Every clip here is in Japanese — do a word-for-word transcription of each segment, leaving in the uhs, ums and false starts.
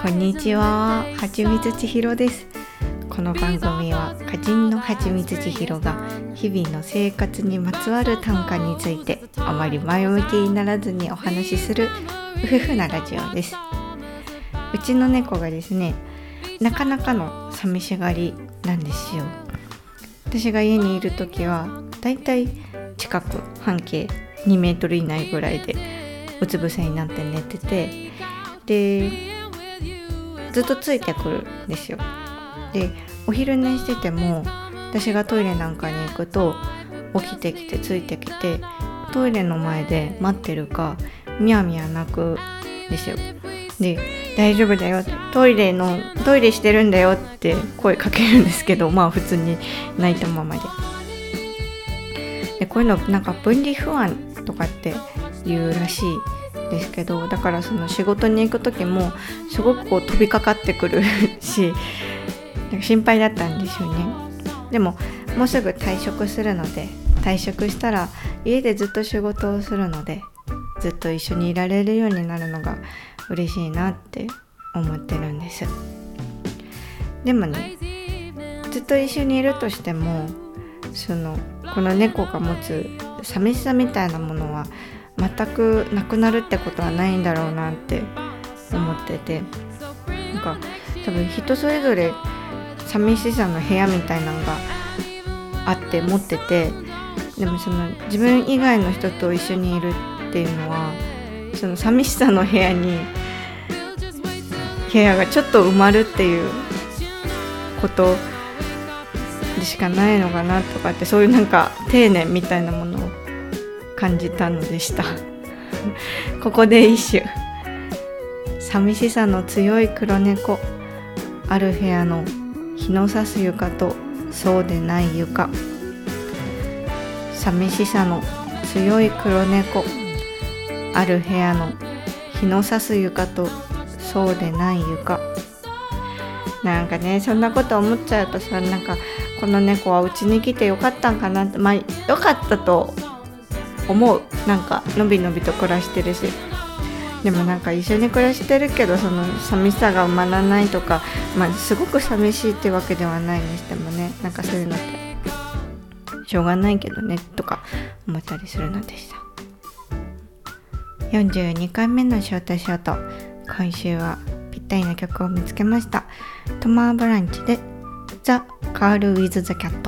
こんにちは、はちみつちひろです。この番組は歌人のはちみつちひろが日々の生活にまつわる短歌についてあまり前向きにならずにお話しする夫婦なラジオです。うちの猫がですね、なかなかの寂しがりなんですよ。私が家にいるときはだいたい近く半径にメートル以内ぐらいでうつ伏せになって寝てて、でずっとついてくるんですよ。でお昼寝してても私がトイレなんかに行くと起きてきてついてきて、トイレの前で待ってるかみやみや泣くんですよ。で大丈夫だよ、トイレのトイレしてるんだよって声かけるんですけど、まあ普通に泣いたままで。でこういうのなんか分離不安とかって言うらしいですけど、だからその仕事に行く時もすごくこう飛びかかってくるし、なんか心配だったんですよね。でももうすぐ退職するので、退職したら家でずっと仕事をするので、ずっと一緒にいられるようになるのが嬉しいなって思ってるんです。でもね、ずっと一緒にいるとしても、そのこの猫が持つ寂しさみたいなものは全くなくなるってことはないんだろうなって思ってて、なんか多分人それぞれ寂しさの部屋みたいなのがあって持ってて、でもその自分以外の人と一緒にいるっていうのは、その寂しさの部屋に部屋がちょっと埋まるっていうことでしかないのかなとかって、そういうなんか丁寧みたいなものを感じたのでしたここで一首。寂しさの強い黒猫、ある部屋の日の差す床とそうでない床。寂しさの強い黒猫、ある部屋の日の差す床とそうでない床。なんかね、そんなこと思っちゃうとさ、なんかこの猫はうちに来てよかったんかなって、まあよかったと思う。なんかのびのびと暮らしてるし、でもなんか一緒に暮らしてるけど、その寂しさが埋まらないとか、まあすごく寂しいってわけではないにしてもね、なんかそういうのってしょうがないけどねとか思ったりするのでした。よんじゅうにかいめのショートショート、今週はぴったりな曲を見つけました。トマーブランチでザ・カール・ウィズ・ザ・キャット。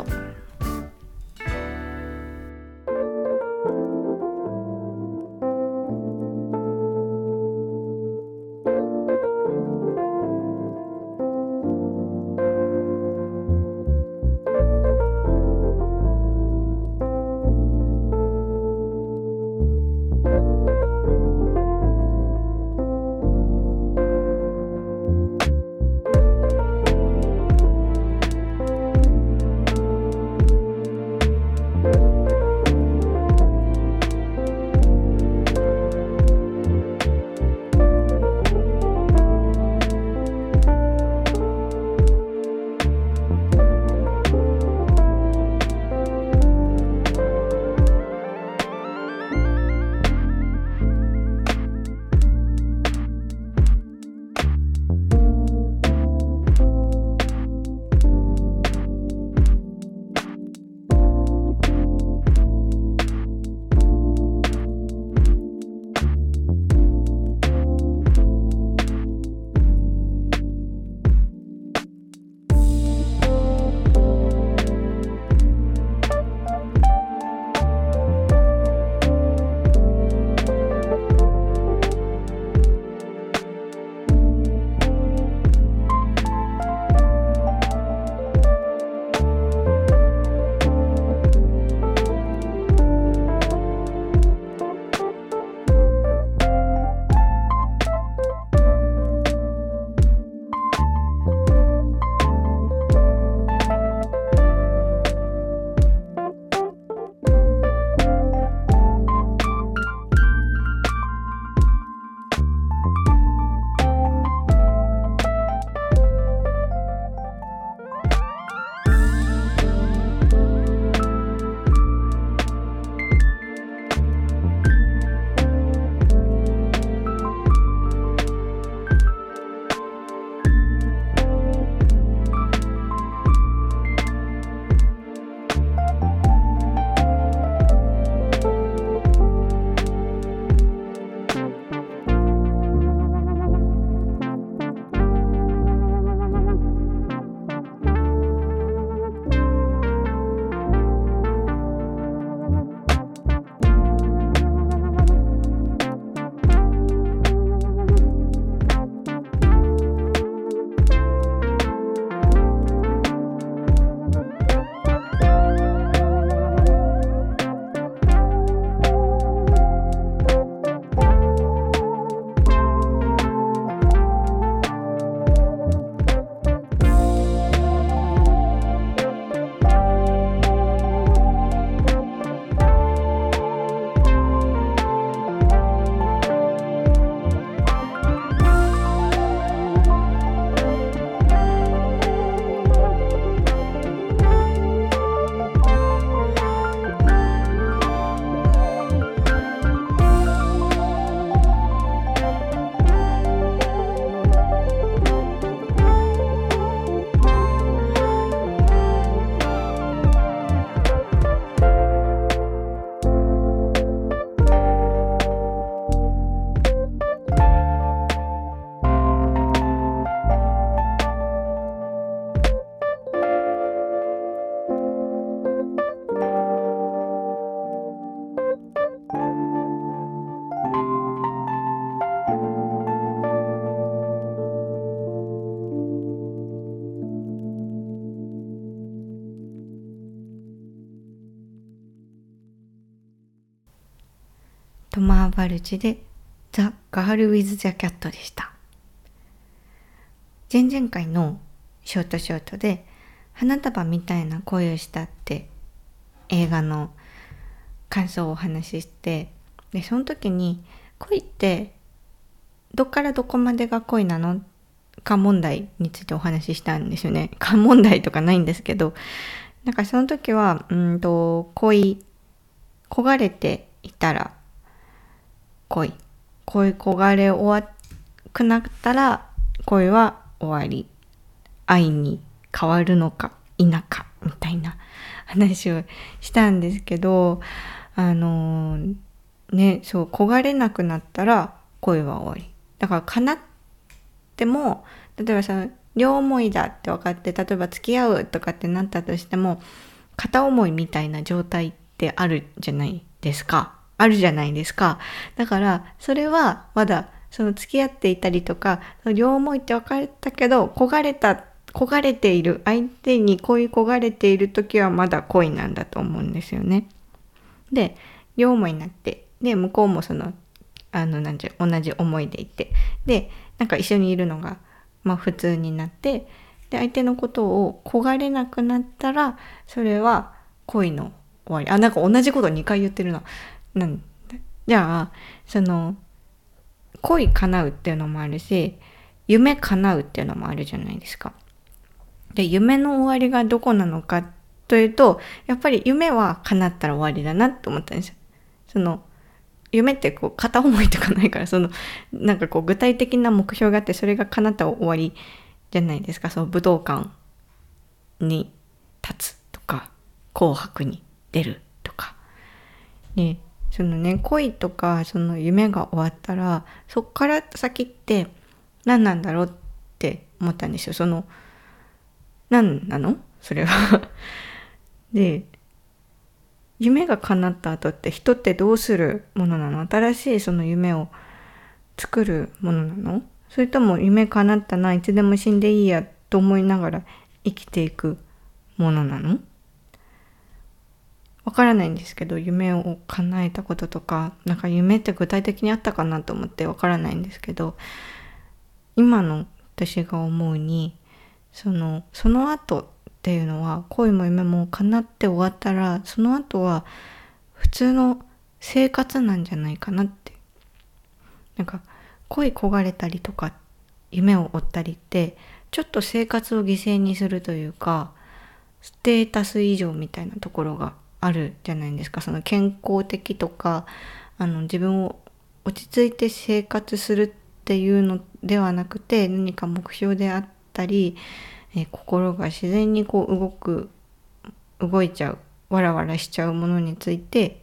マーバルチでザ・ガール・ウィズ・ザ・キャットでした。前々回のショートショートで花束みたいな恋をしたって映画の感想をお話しして、でその時に恋ってどっからどこまでが恋なのか問題についてお話ししたんですよね。か問題とかないんですけど、なんかその時はうんと恋焦がれていたら恋恋焦がれ終わくなったら恋は終わり、愛に変わるのか否かみたいな話をしたんですけど、あのー、ねそう焦がれなくなったら恋は終わりだから、かなっても例えばさ両思いだって分かって、例えば付き合うとかってなったとしても片思いみたいな状態ってあるじゃないですかあるじゃないですか。だからそれはまだその付き合っていたりとか、両思いって分かったけど焦がれた焦がれている相手に恋焦がれている時はまだ恋なんだと思うんですよね。で両思いになって、で向こうもそのあのなんて同じ思いでいて、でなんか一緒にいるのがまあ普通になって、で相手のことを焦がれなくなったらそれは恋の終わり。あ、なんか同じことにかい言ってるな。なんじゃあその恋叶うっていうのもあるし、夢叶うっていうのもあるじゃないですか。で夢の終わりがどこなのかというと、やっぱり夢は叶ったら終わりだなって思ったんですよ。その夢ってこう片思いとかないから、そのなんかこう具体的な目標があって、それが叶ったら終わりじゃないですか。その武道館に立つとか紅白に出るとかで、そのね恋とかその夢が終わったらそっから先って何なんだろうって思ったんですよ。その何なのそれはで夢が叶った後って人ってどうするものなの？新しいその夢を作るものなの？それとも夢叶ったな、いつでも死んでいいやと思いながら生きていくものなの？わからないんですけど、夢を叶えたこととか、なんか夢って具体的にあったかなと思ってわからないんですけど、今の私が思うに、そのその後っていうのは恋も夢も叶って終わったら、その後は普通の生活なんじゃないかなって。なんか恋焦がれたりとか夢を追ったりってちょっと生活を犠牲にするというか、ステータス以上みたいなところがあるじゃないですか。その健康的とか、あの自分を落ち着いて生活するっていうのではなくて、何か目標であったり、えー、心が自然にこう動く動いちゃうわらわらしちゃうものについて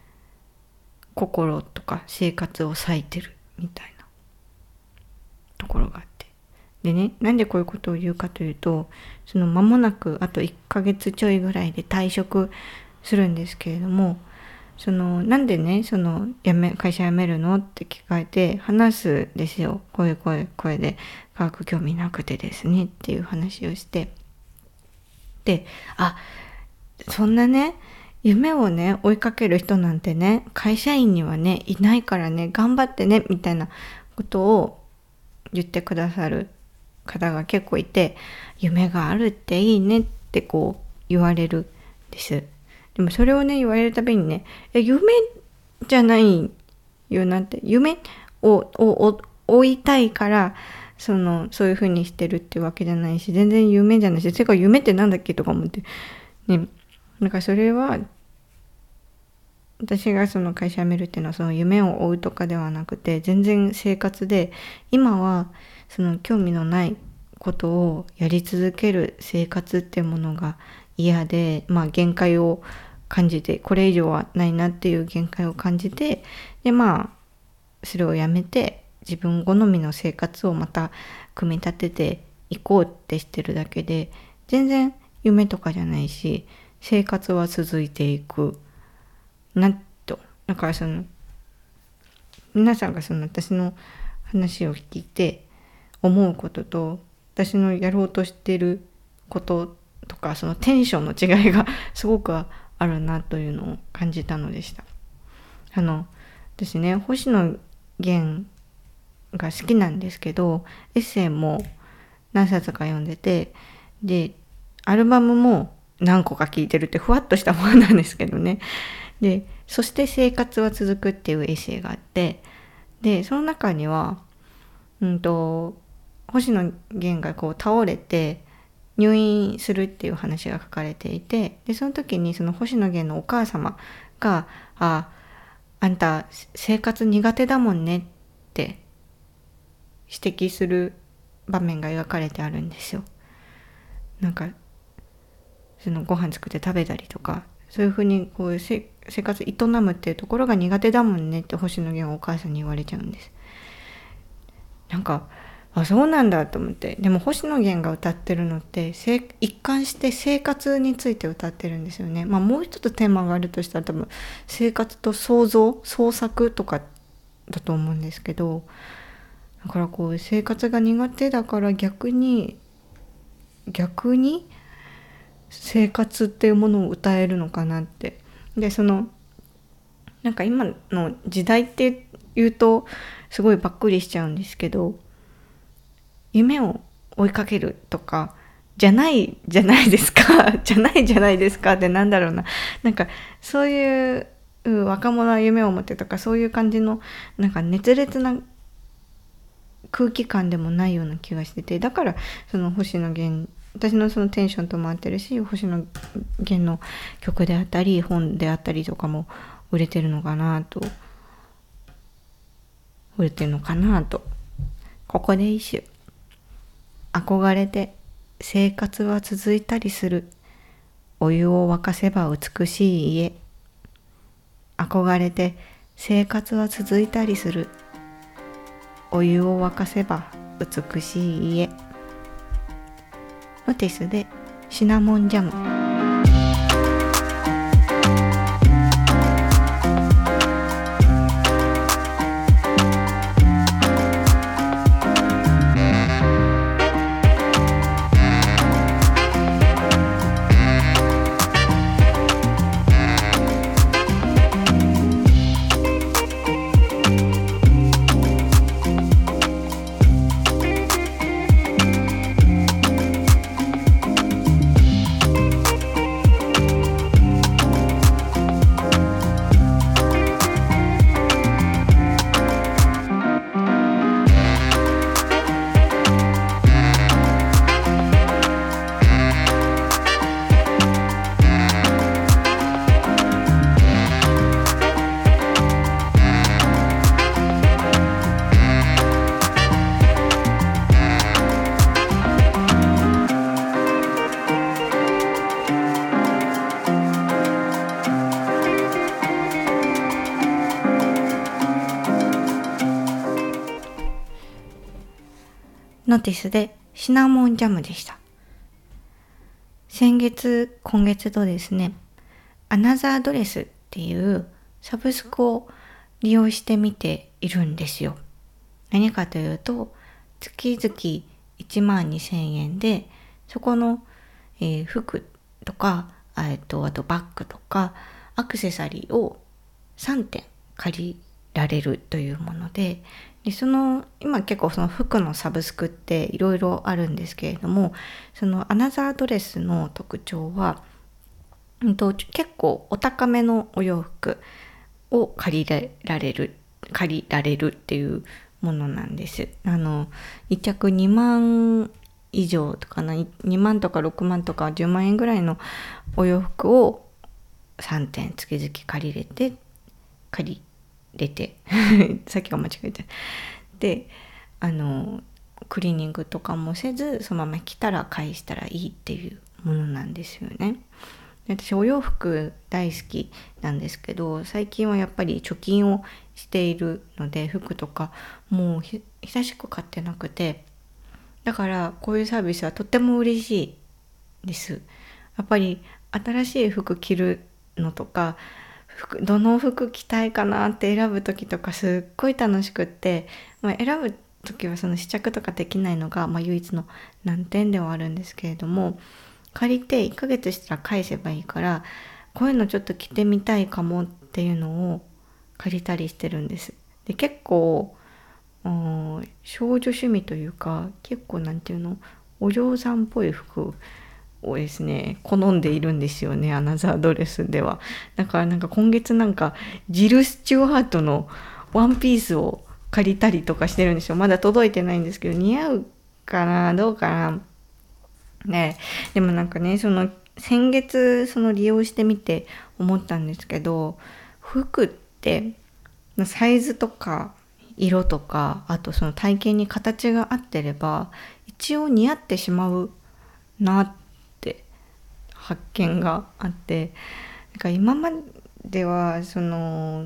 心とか生活を割いてるみたいなところがあって、でね、なんでこういうことを言うかというと、その間もなくあといっかげつちょいぐらいで退職するんですけれども、そのなんでねその辞め会社辞めるのって聞かれて話すですよ。こういう声声で科学興味なくてですねっていう話をして、で、あ、そんなね夢をね追いかける人なんてね会社員にはねいないからね、頑張ってねみたいなことを言ってくださる方が結構いて、夢があるっていいねってこう言われるんです。でもそれをね言われるたびにね、え夢じゃないよなって、夢をを追いたいからそのそういう風にしてるってわけじゃないし、全然夢じゃないし、それから夢ってなんだっけとか思ってね。なんかそれは私がその会社辞めるっていうのはその夢を追うとかではなくて、全然生活で今はその興味のないことをやり続ける生活っていうものが嫌で、まあ限界を感じて、これ以上はないなっていう限界を感じて、でまあそれをやめて自分好みの生活をまた組み立てていこうってしてるだけで、全然夢とかじゃないし生活は続いていくなと。だからその皆さんがその私の話を聞いて思うことと私のやろうとしていることとか、そのテンションの違いがすごくあるなというのを感じたのでした。あの私ね星野源が好きなんですけど、エッセイも何冊か読んでて、でアルバムも何個か聴いてるってふわっとしたものなんですけどね。でそして生活は続くっていうエッセイがあって、でその中にはうんと星野源がこう倒れて入院するっていう話が書かれていて、でその時にその星野源のお母様が「ああんた生活苦手だもんね」って指摘する場面が描かれてあるんですよ。なんかそのご飯作って食べたりとか、そういうふうにこう生活営むっていうところが苦手だもんねって星野源はお母さんに言われちゃうんです。なんかあそうなんだと思って。でも星野源が歌ってるのって一貫して生活について歌ってるんですよね。まあもう一つテーマがあるとしたら多分生活と創造創作とかだと思うんですけど、だからこう生活が苦手だから逆に逆に生活っていうものを歌えるのかなって。でそのなんか今の時代って言うとすごいばっくりしちゃうんですけど、夢を追いかけるとかじゃないじゃないですかじゃないじゃないですかってなんだろうな、なんかそういう若者は夢を持ってとかそういう感じのなんか熱烈な空気感でもないような気がしてて、だからその星野源私のそのテンションとも合ってるし、星野源の曲であったり本であったりとかも売れてるのかなと売れてるのかなと。ここで一首。憧れて生活は続いたりする。お湯を沸かせば美しい家。憧れて生活は続いたりする。お湯を沸かせば美しい家。ノティスでシナモンジャム。ノティスでシナモンジャムでした。先月今月とですね、アナザードレスっていうサブスクを利用してみているんですよ。何かというと月々いちまんにせんえんでそこの、えー、服とかえっとあとバッグとかアクセサリーをさんてん借りられるというもので、でその今結構その服のサブスクっていろいろあるんですけれども、そのアナザードレスの特徴は、うんと、結構お高めのお洋服を借りられる借りられるっていうものなんです。あのいっちゃくにまん以上とかな、にまんとかろくまんとかじゅうまんえんぐらいのお洋服をさんてん月々借りれて借りれてさっきが間違えた。であのクリーニングとかもせずそのまま着たら返したらいいっていうものなんですよね。で私お洋服大好きなんですけど、最近はやっぱり貯金をしているので服とかもうひ久しく買ってなくて、だからこういうサービスはとっても嬉しいです。やっぱり新しい服着るのとか服どの服着たいかなって選ぶ時とかすっごい楽しくって、まあ、選ぶ時はその試着とかできないのが、まあ、唯一の難点ではあるんですけれども、借りていっかげつしたら返せばいいから、こういうのちょっと着てみたいかもっていうのを借りたりしてるんです。で結構、うん、少女趣味というか、結構なんていうの、お嬢さんっぽい服をですね好んでいるんですよね、アナザードレスでは。だからなんか今月なんかジル・スチュワートのワンピースを借りたりとかしてるんですよ。まだ届いてないんですけど、似合うかなどうかなね。でもなんかね、その先月その利用してみて思ったんですけど、服ってサイズとか色とか、あとその体型に形が合ってれば一応似合ってしまうなって発見があって、なんか今まではその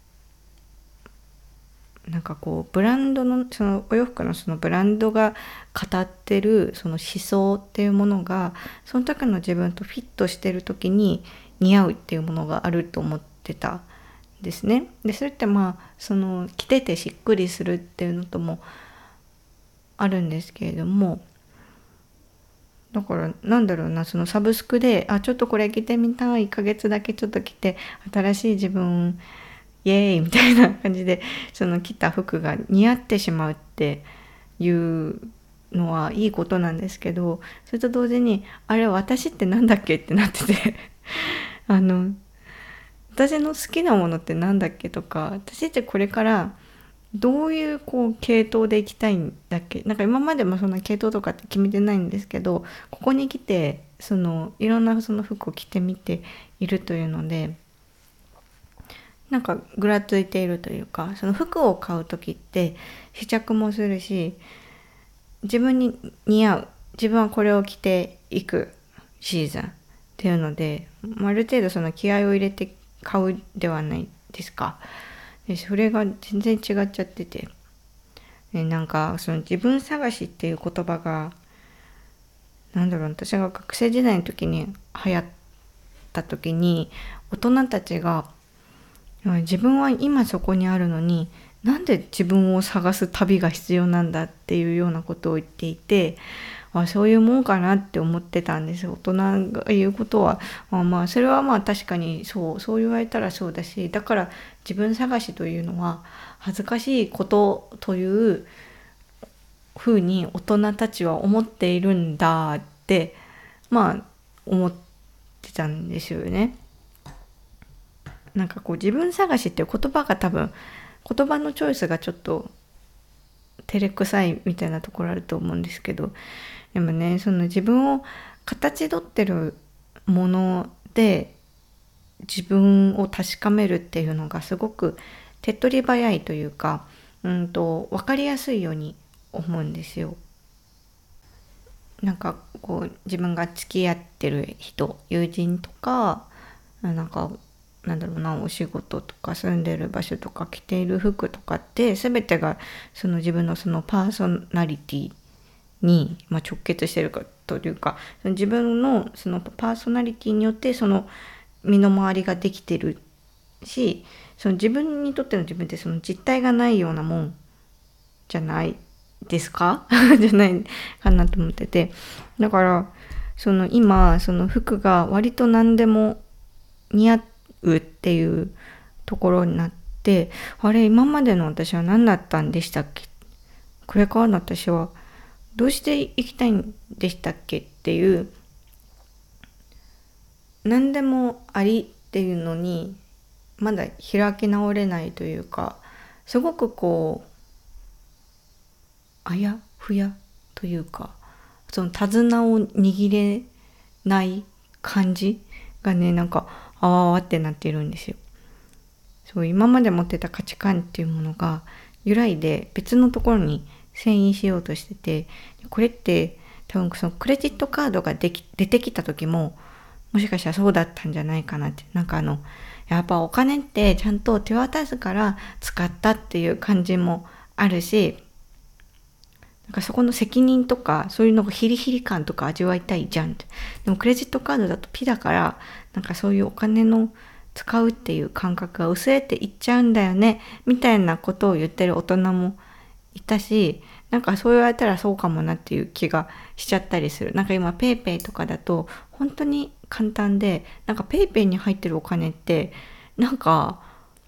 なんかこうブランドのそのお洋服のそのブランドが語ってるその思想っていうものがその時の自分とフィットしてる時に似合うっていうものがあると思ってたんですね。でそれってまあその着ててしっくりするっていうのともあるんですけれども、だからなんだろうな、そのサブスクであちょっとこれ着てみたい、いっかげつだけちょっと着て新しい自分イエーイみたいな感じでその着た服が似合ってしまうっていうのはいいことなんですけど、それと同時にあれ私ってなんだっけってなっててあの私の好きなものってなんだっけとか、私ってこれからどういうこう系統でいきたいんだっけ。なんか今までもそんな系統とかって決めてないんですけど、ここに来てそのいろんなその服を着てみているというので、なんかぐらついているというか、その服を買う時って試着もするし、自分に似合う、自分はこれを着ていくシーズンっていうので、ある程度その気合を入れて買うではないですか。でそれが全然違っちゃってて、でなんかその自分探しっていう言葉がなんだろう、私が学生時代の時に流行った時に大人たちが自分は今そこにあるのになんで自分を探す旅が必要なんだっていうようなことを言っていて、あそういうもんかなって思ってたんです。大人が言うことはあまあそれはまあ確かにそうそう言われたらそうだし、だから自分探しというのは恥ずかしいことというふうに大人たちは思っているんだってまあ思ってたんですよね。なんかこう自分探しっていう言葉が多分言葉のチョイスがちょっと照れくさいみたいなところあると思うんですけど、でもねその自分を形取ってるもので自分を確かめるっていうのがすごく手っ取り早いというか、うんと分かりやすいように思うんですよ。なんかこう自分が付き合ってる人、友人とかなんかなんだろうな、お仕事とか住んでる場所とか着ている服とかって全てがその自分のそのパーソナリティに、まあ、直結してるかというか、その自分のそのパーソナリティによってその身の回りができてるし、その自分にとっての自分ってその実体がないようなもんじゃないですかじゃないかなと思ってて、だからその今その服が割と何でも似合うっていうところになって、あれ今までの私は何だったんでしたっけ、これからの私はどうしていきたいんでしたっけっていう、何でもありっていうのにまだ開き直れないというか、すごくこうあやふやというか、その手綱を握れない感じがね、なんかあわわってなっているんですよ。そう今まで持ってた価値観っていうものが揺らいで別のところに遷移しようとしてて、これって多分そのクレジットカードができ出てきた時ももしかしたらそうだったんじゃないかなって。なんかあのやっぱお金ってちゃんと手渡すから使ったっていう感じもあるし、なんかそこの責任とかそういうのがヒリヒリ感とか味わいたいじゃんって。でもクレジットカードだとピだから、なんかそういうお金の使うっていう感覚が薄れていっちゃうんだよねみたいなことを言ってる大人もいたし、なんかそう言われたらそうかもなっていう気がしちゃったりする。なんか今ペイペイとかだと本当に簡単で、なんかペイペイに入ってるお金ってなんか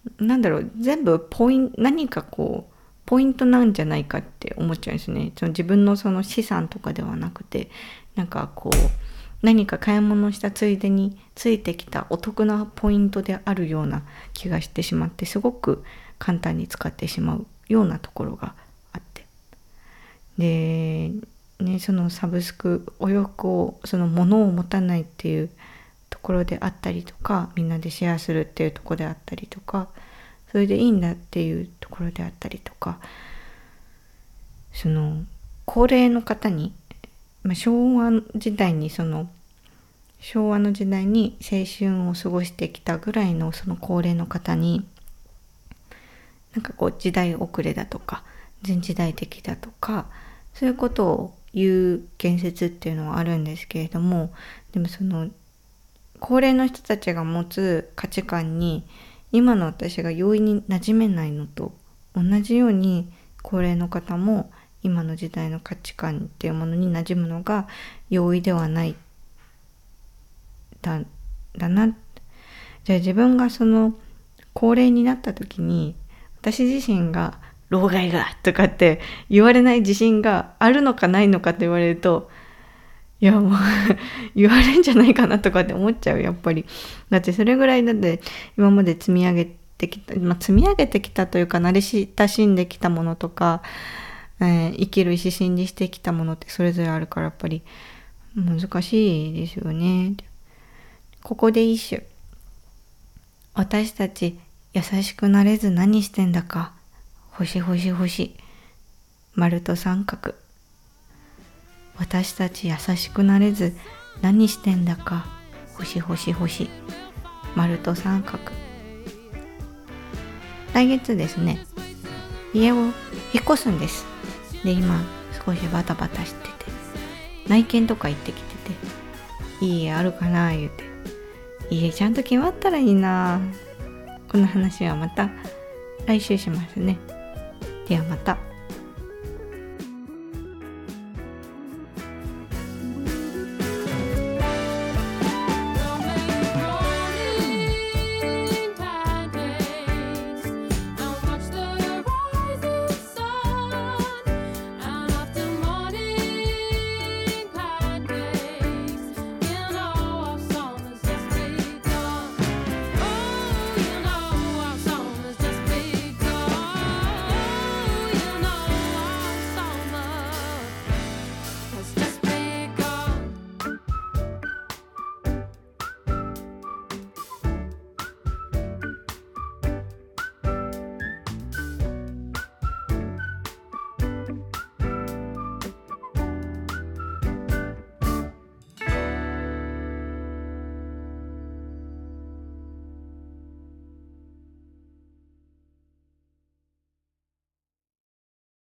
なんだろう、全部ポイント、何かこうポイントなんじゃないかって思っちゃうんですね。その自分のその資産とかではなくて、なんかこう何か買い物したついでについてきたお得なポイントであるような気がしてしまって、すごく簡単に使ってしまうようなところがあって、で、ね、そのサブスク、お洋服をその物を持たないっていうところであったりとか、みんなでシェアするっていうところであったりとか、それでいいんだっていうところであったりとか、その高齢の方に、まあ、昭和時代にその昭和の時代に青春を過ごしてきたぐらいのその高齢の方に、なんかこう時代遅れだとか前時代的だとか、そういうことを言う言説っていうのはあるんですけれども、でもその高齢の人たちが持つ価値観に今の私が容易に馴染めないのと同じように、高齢の方も今の時代の価値観っていうものに馴染むのが容易ではないだだな。じゃあ自分がその高齢になった時に、私自身が老害がとかって言われない自信があるのかないのかって言われると、いやもう言われんじゃないかなとかって思っちゃう。やっぱりだってそれぐらいだって今まで積み上げてきた、まあ、積み上げてきたというか慣れ親しんできたものとか、えー、生きる指針にしてきたものってそれぞれあるから、やっぱり難しいですよね。ここで一首。私たち優しくなれず何してんだか、星星星丸と三角。私たち優しくなれず何してんだか、星星星丸と三角。来月ですね、家を引っ越すんです。で、今少しバタバタしてて、内見とか行ってきてて、いい家あるかな言うて、家ちゃんと決まったらいいな。この話はまた来週しますね。ではまた。